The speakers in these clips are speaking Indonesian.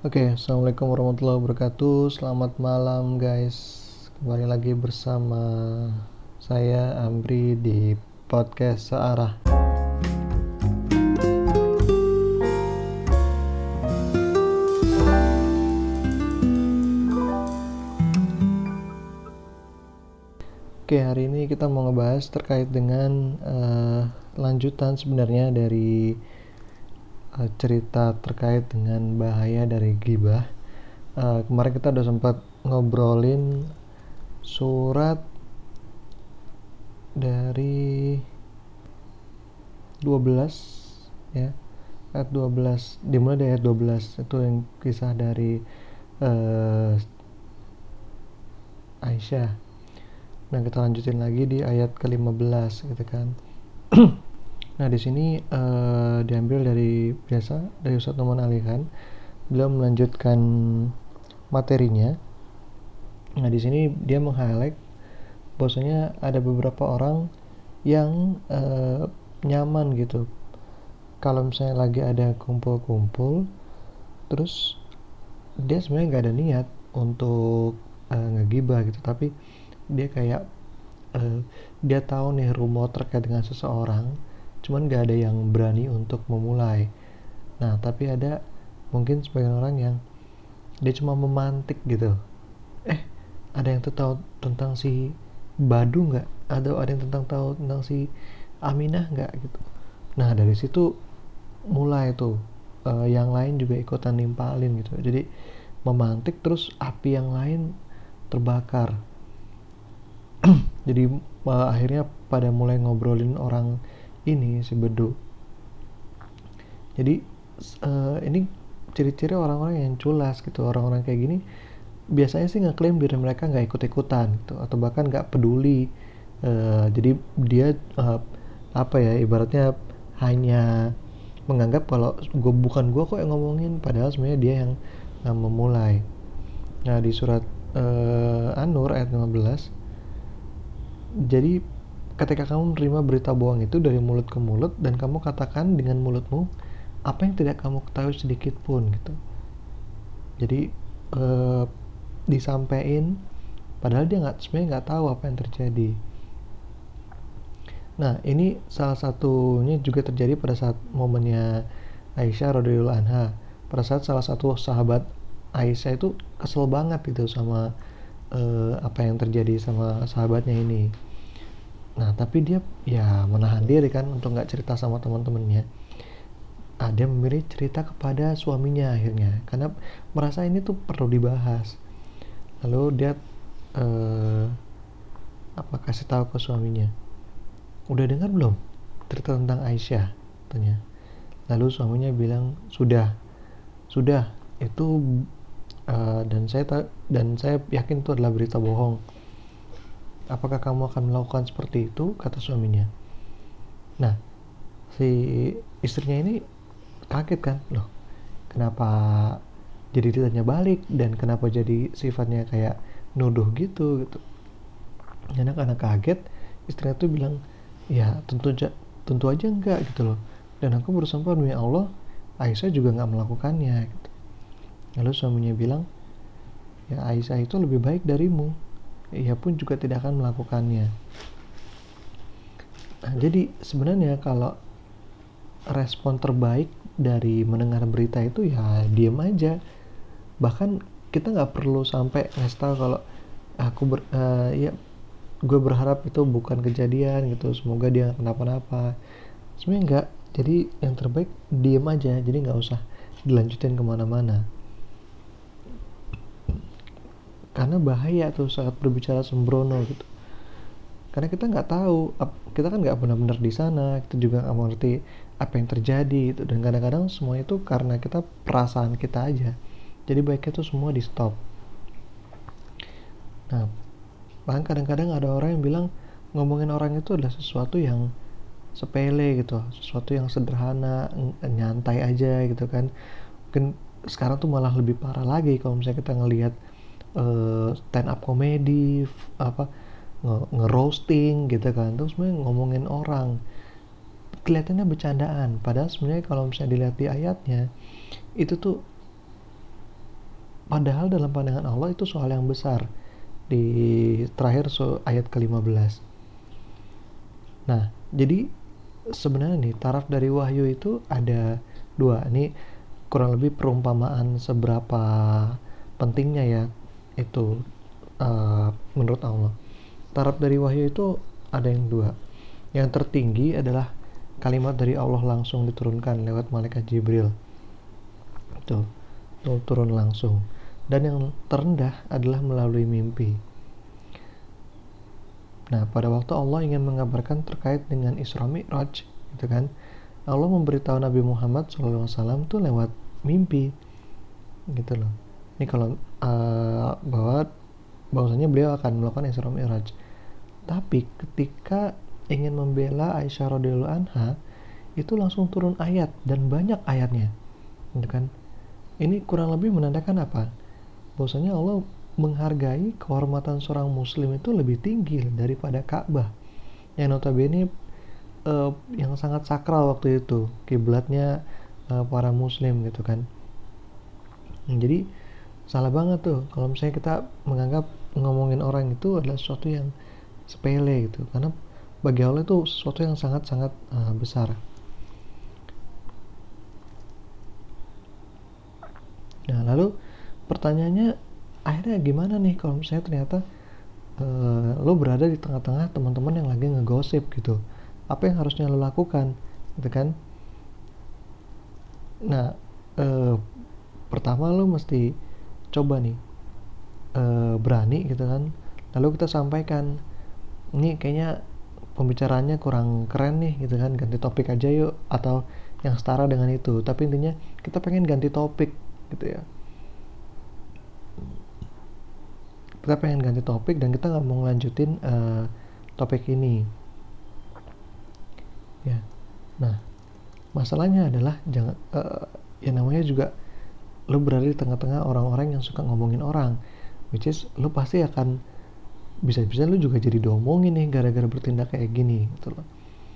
Oke, Assalamualaikum warahmatullahi wabarakatuh. Selamat malam guys. Kembali lagi bersama saya Amri di podcast Searah. Oke, hari ini kita mau ngebahas terkait dengan lanjutan sebenarnya dari cerita terkait dengan bahaya dari ghibah. Kemarin kita udah sempat ngobrolin surat dari 12 ya, ayat 12, dimulai dari ayat 12 itu yang kisah dari Aisyah. Nah, kita lanjutin lagi di ayat ke-15 gitu kan. Nah, di sini diambil dari biasa dari Ustadz Noman Alihan. Beliau melanjutkan materinya. Nah, di sini dia meng-highlight bahwasanya ada beberapa orang yang nyaman gitu. Kalau misalnya lagi ada kumpul-kumpul, terus dia sebenarnya nggak ada niat untuk ngegibah gitu, tapi dia kayak dia tahu nih rumor terkait dengan seseorang, cuman nggak ada yang berani untuk memulai. Nah, tapi ada mungkin sebagian orang yang dia cuma memantik gitu. Ada yang tahu tentang si Badu nggak? Ada yang tahu tentang si Aminah nggak gitu? Nah, dari situ mulai tuh yang lain juga ikutan nimpalin gitu. Jadi memantik terus api yang lain terbakar. Jadi akhirnya pada mulai ngobrolin orang ini si Bedu. Jadi ini ciri-ciri orang-orang yang culas gitu. Orang-orang kayak gini biasanya sih ngeklaim diri mereka nggak ikut-ikutan gitu, atau bahkan nggak peduli. Jadi dia apa ya, ibaratnya hanya menganggap kalau gue kok yang ngomongin, padahal sebenarnya dia yang memulai. Nah, di surat An-Nur ayat 15, jadi ketika kamu menerima berita bohong itu dari mulut ke mulut dan kamu katakan dengan mulutmu apa yang tidak kamu ketahui sedikit pun gitu. Jadi disampaikan padahal dia sebenarnya nggak tahu apa yang terjadi. Nah, ini salah satunya juga terjadi pada saat momennya Aisyah radhiyallahu anha. Pada saat salah satu sahabat Aisyah itu kesel banget gitu sama apa yang terjadi sama sahabatnya ini. Nah, tapi dia ya menahan diri kan untuk nggak cerita sama teman-temannya. Dia memilih cerita kepada suaminya akhirnya karena merasa ini tuh perlu dibahas. Lalu dia eh, kasih tahu ke suaminya, udah dengar belum cerita tentang Aisyah, tanya. Lalu suaminya bilang sudah itu dan saya yakin itu adalah berita bohong. Apakah kamu akan melakukan seperti itu, kata suaminya. Nah, si istrinya ini kaget kan, loh kenapa jadi ditanya balik dan kenapa jadi sifatnya kayak nuduh gitu. Karena kaget, istrinya tuh bilang, ya tentu aja enggak gitu loh, dan aku bersumpah demi Allah Aisyah juga nggak melakukannya gitu. Lalu suaminya bilang, ya Aisyah itu lebih baik darimu, ia pun juga tidak akan melakukannya. Nah, jadi sebenarnya kalau respon terbaik dari mendengar berita itu ya diem aja. Bahkan kita nggak perlu sampai ngasih tahu kalau ya gue berharap itu bukan kejadian gitu, semoga dia kenapa-napa. Sebenarnya enggak. Jadi yang terbaik diem aja, jadi nggak usah dilanjutin kemana-mana, karena bahaya tuh saat berbicara sembrono gitu. Karena kita nggak tahu, kita kan nggak benar-benar di sana, kita juga nggak mengerti apa yang terjadi gitu. Dan kadang-kadang semua itu karena kita perasaan kita aja, jadi baiknya tuh semua di stop. Nah, bahkan kadang-kadang ada orang yang bilang ngomongin orang itu adalah sesuatu yang sepele gitu, sesuatu yang sederhana, nyantai aja gitu kan. Mungkin sekarang tuh malah lebih parah lagi kalau misalnya kita ngelihat stand up comedy, apa nge-roasting gitu kan, terus sebenarnya ngomongin orang kelihatannya bercandaan, padahal sebenarnya kalau misalnya dilihat di ayatnya itu tuh Padahal dalam pandangan Allah itu soal yang besar. Di terakhir ayat ke-15. Nah, jadi sebenarnya nih taraf dari wahyu itu ada dua. Ini kurang lebih perumpamaan seberapa pentingnya ya itu menurut Allah. Taraf dari wahyu itu ada yang dua. Yang tertinggi adalah kalimat dari Allah langsung diturunkan lewat malaikat Jibril. Itu turun langsung. Dan yang terendah adalah melalui mimpi. Nah, pada waktu Allah ingin mengabarkan terkait dengan Isra Mi'raj, gitu kan, Allah memberitahu Nabi Muhammad SAW tuh lewat mimpi, gitu loh. Ini kalau bahwasanya beliau akan melakukan Isra Mi'raj. Tapi ketika ingin membela Aisyah radhiyallahu anha, itu langsung turun ayat dan banyak ayatnya, gitu kan. Ini kurang lebih menandakan apa? Bahwasanya Allah menghargai kehormatan seorang muslim itu lebih tinggi daripada Ka'bah yang notabene yang sangat sakral waktu itu, kiblatnya para muslim gitu kan. Jadi salah banget tuh kalau misalnya kita menganggap ngomongin orang itu adalah sesuatu yang sepele gitu, karena bagi Allah itu sesuatu yang sangat-sangat besar. Nah, lalu pertanyaannya akhirnya gimana nih kalau misalnya ternyata lo berada di tengah-tengah teman-teman yang lagi ngegosip gitu, apa yang harusnya lo lakukan gitu kan. Nah, pertama lo mesti coba nih berani gitu kan, lalu kita sampaikan, ini kayaknya pembicaraannya kurang keren nih gitu kan, ganti topik aja yuk, atau yang setara dengan itu, tapi intinya kita pengen ganti topik gitu ya. Kita pengen ganti topik dan kita nggak mau ngelanjutin topik ini ya. Nah, masalahnya adalah jangan ya namanya juga lo berada di tengah-tengah orang-orang yang suka ngomongin orang, which is lo pasti akan bisa-bisa lo juga jadi diomongin nih gara-gara bertindak kayak gini gitu loh.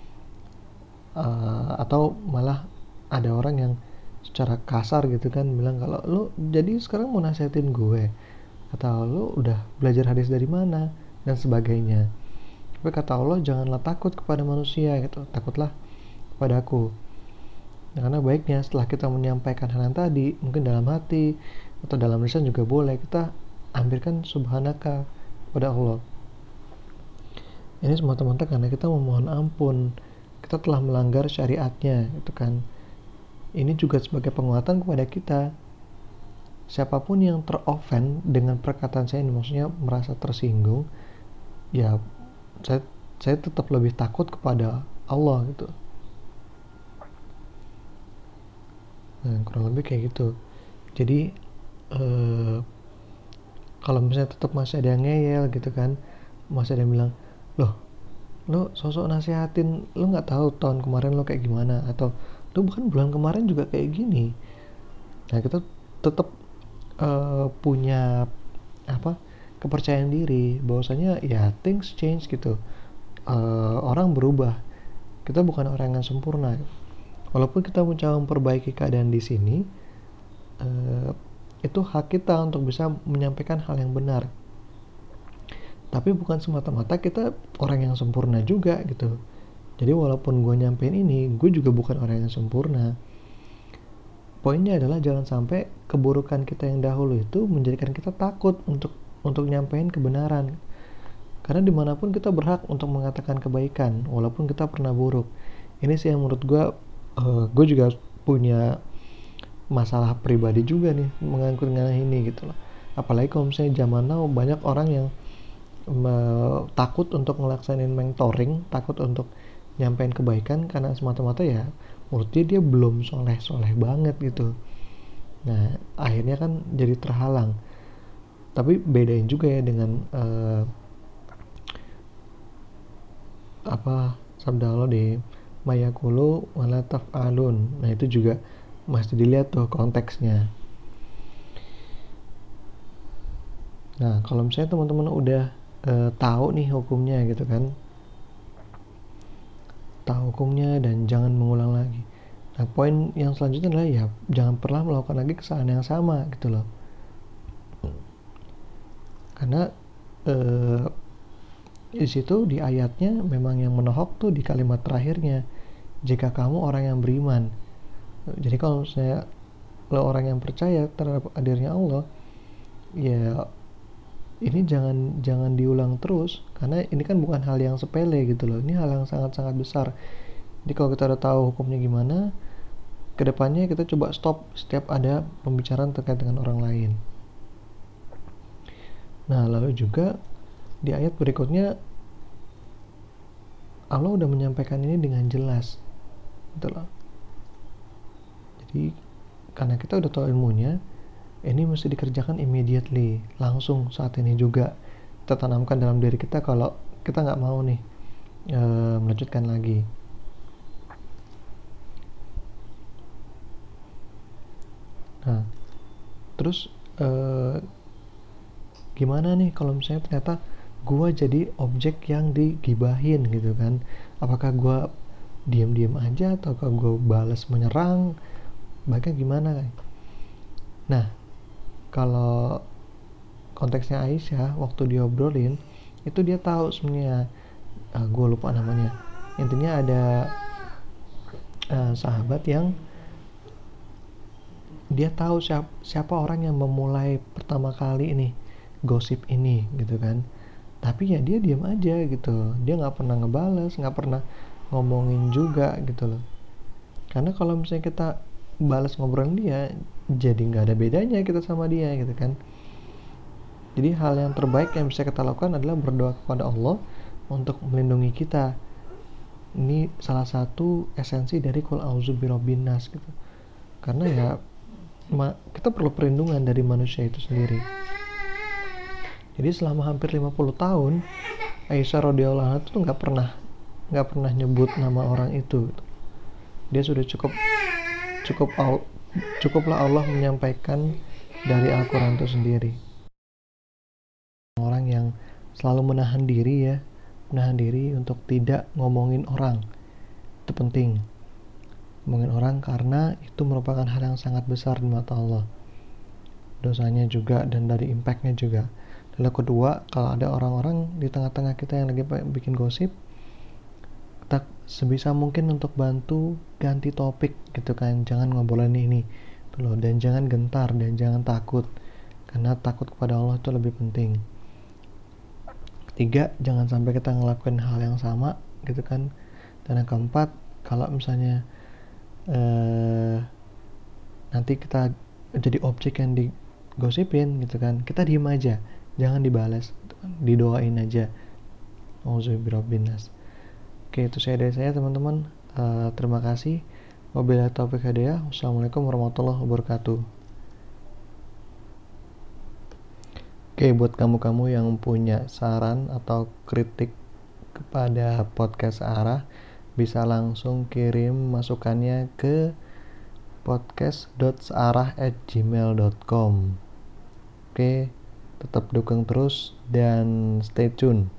Atau malah ada orang yang secara kasar gitu kan bilang kalau lo jadi sekarang mau nasihatin gue, atau lo udah belajar hadis dari mana dan sebagainya. Tapi kata Allah, janganlah takut kepada manusia gitu, takutlah kepada aku. Nah, karena baiknya setelah kita menyampaikan hal yang tadi, mungkin dalam hati atau dalam lisan juga boleh, kita ambilkan subhanaka kepada Allah. Ini semata-mata karena kita memohon ampun, kita telah melanggar syariatnya gitu kan. Ini juga sebagai penguatan kepada kita. Siapapun yang teroffend dengan perkataan saya ini, maksudnya merasa tersinggung, ya saya tetap lebih takut kepada Allah gitu. Nah, kurang lebih kayak gitu. Jadi kalau misalnya tetap masih ada yang ngeyel gitu kan, masih ada yang bilang, loh lo sosok nasihatin, lo nggak tahu tahun kemarin lo kayak gimana, atau lo bukan bulan kemarin juga kayak gini. Nah, kita tetap punya apa, kepercayaan diri bahwasanya ya things change gitu. Orang berubah, kita bukan orang yang sempurna. Walaupun kita mencoba memperbaiki keadaan di sini, itu hak kita untuk bisa menyampaikan hal yang benar. Tapi bukan semata-mata kita orang yang sempurna juga gitu. Jadi walaupun gue nyampein ini, gue juga bukan orang yang sempurna. Poinnya adalah jangan sampai keburukan kita yang dahulu itu menjadikan kita takut untuk nyampein kebenaran. Karena dimanapun kita berhak untuk mengatakan kebaikan, walaupun kita pernah buruk. Ini sih yang menurut gue juga punya masalah pribadi juga nih mengangkut ini gitu loh. Apalagi kalau misalnya zaman now banyak orang yang takut untuk ngelaksanain mentoring, takut untuk nyampein kebaikan karena semata-mata ya menurut dia belum soleh banget gitu. Nah, akhirnya kan jadi terhalang. Tapi bedain juga ya dengan sabda Allah di mayakulu wala taf'alun. Nah, itu juga masih dilihat tuh konteksnya. Nah, kalau misalnya teman-teman udah tahu nih hukumnya gitu kan, tahu hukumnya dan jangan mengulang lagi. Nah, poin yang selanjutnya adalah ya jangan pernah melakukan lagi kesalahan yang sama gitu loh. Karena di situ di ayatnya memang yang menohok tuh di kalimat terakhirnya, jika kamu orang yang beriman. Jadi kalau misalnya lo orang yang percaya terhadap hadirnya Allah, ya ini jangan diulang terus, karena ini kan bukan hal yang sepele gitu loh, ini hal yang sangat-sangat besar. Jadi kalau kita udah tahu hukumnya gimana, kedepannya kita coba stop setiap ada pembicaraan terkait dengan orang lain. Nah, lalu juga di ayat berikutnya Allah udah menyampaikan ini dengan jelas gitu loh. Jadi karena kita udah tahu ilmunya, ini mesti dikerjakan immediately, langsung saat ini juga kita tanamkan dalam diri kita kalau kita nggak mau nih melanjutkan lagi. Nah, terus gimana nih kalau misalnya ternyata gue jadi objek yang digibahin gitu kan? Apakah gue diam-diam aja ataukah gue balas menyerang? Baiknya gimana? Nah, kalau konteksnya Aisyah waktu diobrolin itu dia tahu sebenarnya, gue lupa namanya, intinya ada sahabat yang dia tahu siapa orang yang memulai pertama kali ini gosip ini gitu kan, tapi ya dia diam aja gitu, dia nggak pernah ngebales, nggak pernah ngomongin juga gitu loh. Karena kalau misalnya kita balas ngobrol dia, jadi nggak ada bedanya kita sama dia gitu kan. Jadi hal yang terbaik yang bisa kita lakukan adalah berdoa kepada Allah untuk melindungi kita. Ini salah satu esensi dari Qul A'udzu Birabbin Nas gitu. Karena ya kita perlu perlindungan dari manusia itu sendiri. Jadi selama hampir 50 tahun Aisyah radhiyallahu anha tuh nggak pernah nyebut nama orang itu. Dia sudah cukuplah Allah menyampaikan dari Al-Quran itu sendiri. Orang yang selalu menahan diri untuk tidak ngomongin orang, itu penting. Ngomongin orang karena itu merupakan hal yang sangat besar di mata Allah, dosanya juga dan dari impactnya juga. Lalu kedua, kalau ada orang-orang di tengah-tengah kita yang lagi bikin gosip, kita sebisa mungkin untuk bantu ganti topik gitu kan, jangan ngobrolin ini loh, dan jangan gentar dan jangan takut, karena takut kepada Allah itu lebih penting. Ketiga, jangan sampai kita ngelakuin hal yang sama gitu kan. Dan yang keempat, kalau misalnya nanti kita jadi objek yang digosipin gitu kan, kita diem aja, jangan dibalas gitu kan. Didoain aja. Auzubillahiminasyaitonirrajim. Oke, itu saya dari saya teman-teman. Terima kasih. Wabillahi taufiq hidayah. Wassalamualaikum warahmatullahi wabarakatuh. Oke, buat kamu-kamu yang punya saran atau kritik kepada podcast Arah, bisa langsung kirim masukannya ke podcast.searah@gmail.com. Oke, tetap dukung terus dan stay tune.